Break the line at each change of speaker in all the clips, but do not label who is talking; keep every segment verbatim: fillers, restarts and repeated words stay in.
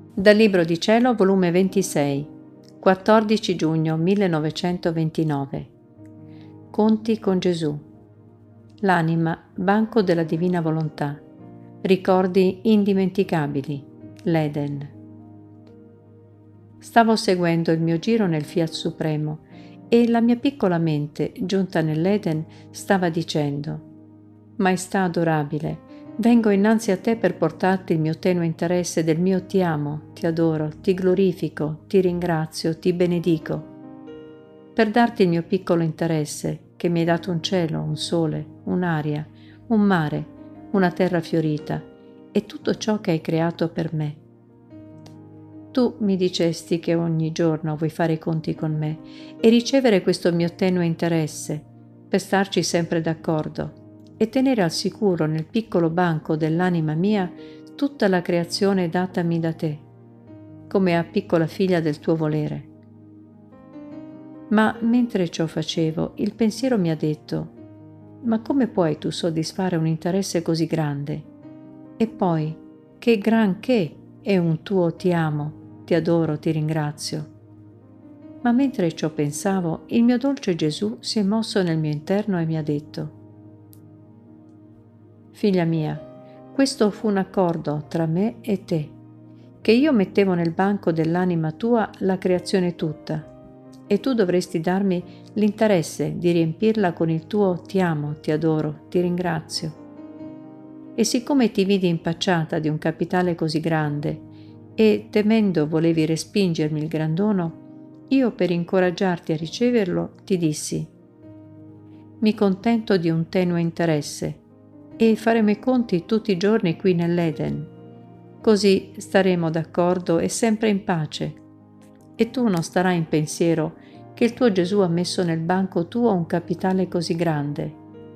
Dal Libro di Cielo, volume ventisei, quattordici giugno millenovecentoventinove. Conti con Gesù. L'anima, banco della divina volontà. Ricordi indimenticabili. L'Eden. Stavo seguendo il mio giro nel Fiat Supremo e la mia piccola mente, giunta nell'Eden, stava dicendo: Maestà adorabile, vengo innanzi a te per portarti il mio tenue interesse del mio ti amo, ti adoro, ti glorifico, ti ringrazio, ti benedico. Per darti il mio piccolo interesse, che mi hai dato un cielo, un sole, un'aria, un mare, una terra fiorita e tutto ciò che hai creato per me. Tu mi dicesti che ogni giorno vuoi fare i conti con me e ricevere questo mio tenue interesse, per starci sempre d'accordo e tenere al sicuro nel piccolo banco dell'anima mia tutta la creazione datami da te, come a piccola figlia del tuo volere. Ma mentre ciò facevo, il pensiero mi ha detto: ma come puoi tu soddisfare un interesse così grande? E poi, che gran che è un tuo ti amo, ti adoro, ti ringrazio. Ma mentre ciò pensavo, il mio dolce Gesù si è mosso nel mio interno e mi ha detto: Figlia mia, questo fu un accordo tra me e te, che io mettevo nel banco dell'anima tua la creazione tutta, e tu dovresti darmi l'interesse di riempirla con il tuo ti amo, ti adoro, ti ringrazio. E siccome ti vidi impacciata di un capitale così grande e temendo volevi respingermi il gran dono, io per incoraggiarti a riceverlo ti dissi: mi contento di un tenue interesse e faremo i conti tutti i giorni qui nell'Eden. Così staremo d'accordo e sempre in pace. E tu non starai in pensiero che il tuo Gesù ha messo nel banco tuo un capitale così grande.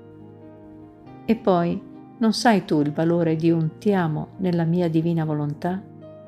E poi, non sai tu il valore di un ti amo nella mia divina volontà?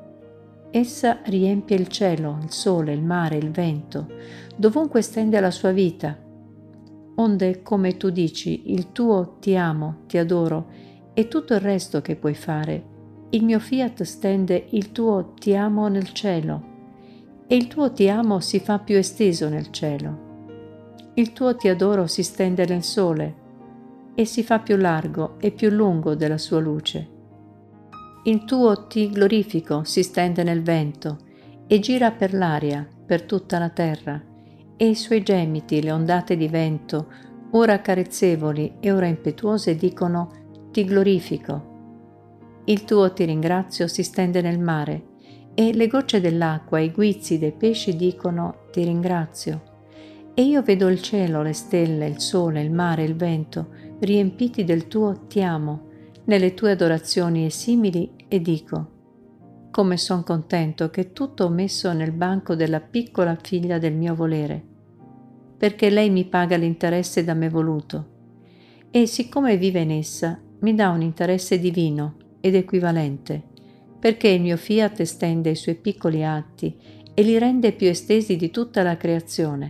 Essa riempie il cielo, il sole, il mare, il vento, dovunque stende la sua vita. Onde, come tu dici, il tuo ti amo, ti adoro e tutto il resto che puoi fare, il mio fiat stende il tuo ti amo nel cielo e il tuo ti amo si fa più esteso nel cielo. Il tuo ti adoro si stende nel sole e si fa più largo e più lungo della sua luce. Il tuo ti glorifico si stende nel vento e gira per l'aria, per tutta la terra, e i suoi gemiti, le ondate di vento, ora carezzevoli e ora impetuose, dicono: ti glorifico. Il tuo ti ringrazio si stende nel mare, e le gocce dell'acqua e i guizzi dei pesci dicono: ti ringrazio. E io vedo il cielo, le stelle, il sole, il mare, il vento, riempiti del tuo ti amo, nelle tue adorazioni e simili, e dico: come son contento che tutto ho messo nel banco della piccola figlia del mio volere, perché lei mi paga l'interesse da me voluto, e siccome vive in essa, mi dà un interesse divino ed equivalente, perché il mio fiat estende i suoi piccoli atti e li rende più estesi di tutta la creazione.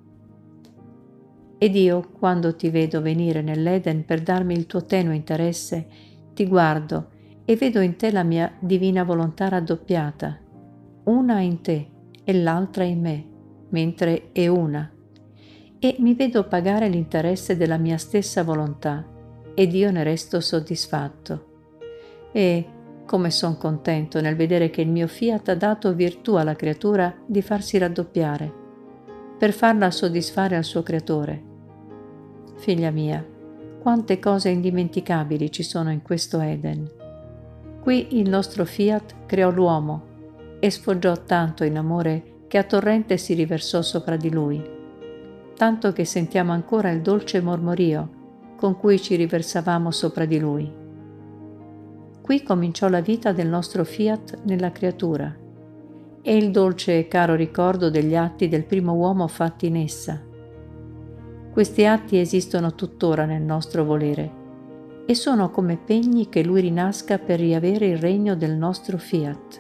Ed io, quando ti vedo venire nell'Eden per darmi il tuo tenue interesse, ti guardo e vedo in te la mia divina volontà raddoppiata, una in te e l'altra in me, mentre è una, e mi vedo pagare l'interesse della mia stessa volontà, ed io ne resto soddisfatto. E come son contento nel vedere che il mio fiat ha dato virtù alla creatura di farsi raddoppiare, per farla soddisfare al suo creatore. Figlia mia, quante cose indimenticabili ci sono in questo Eden. Qui il nostro fiat creò l'uomo e sfoggiò tanto in amore che a torrente si riversò sopra di lui, tanto che sentiamo ancora il dolce mormorio con cui ci riversavamo sopra di lui. Qui cominciò la vita del nostro fiat nella creatura e il dolce e caro ricordo degli atti del primo uomo fatti in essa. Questi atti esistono tuttora nel nostro volere e sono come pegni che lui rinasca per riavere il regno del nostro fiat.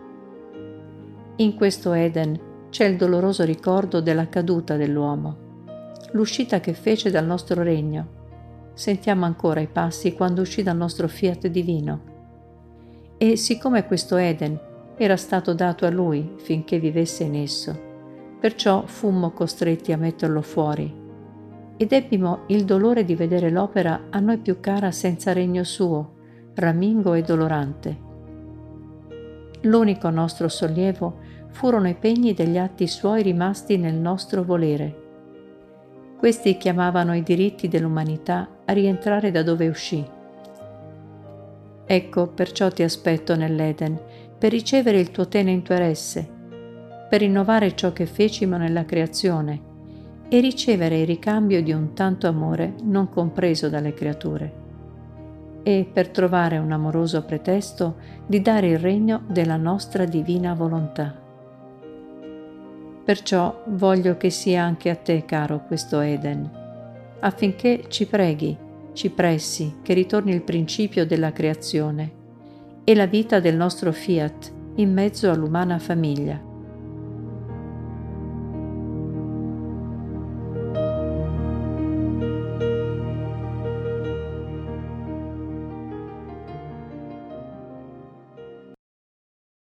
In questo Eden c'è il doloroso ricordo della caduta dell'uomo, l'uscita che fece dal nostro regno. Sentiamo ancora i passi quando uscì dal nostro fiat divino. E siccome questo Eden era stato dato a lui finché vivesse in esso, perciò fummo costretti a metterlo fuori, ed ebbimo il dolore di vedere l'opera a noi più cara senza regno suo, ramingo e dolorante. L'unico nostro sollievo furono i pegni degli atti suoi rimasti nel nostro volere. Questi chiamavano i diritti dell'umanità a rientrare da dove uscì. Ecco, perciò ti aspetto nell'Eden, per ricevere il tuo tenero interesse, per rinnovare ciò che fecimo nella creazione e ricevere il ricambio di un tanto amore non compreso dalle creature, e per trovare un amoroso pretesto di dare il regno della nostra divina volontà. Perciò voglio che sia anche a te caro questo Eden, affinché ci preghi, ci pressi che ritorni il principio della creazione e la vita del nostro fiat in mezzo all'umana famiglia,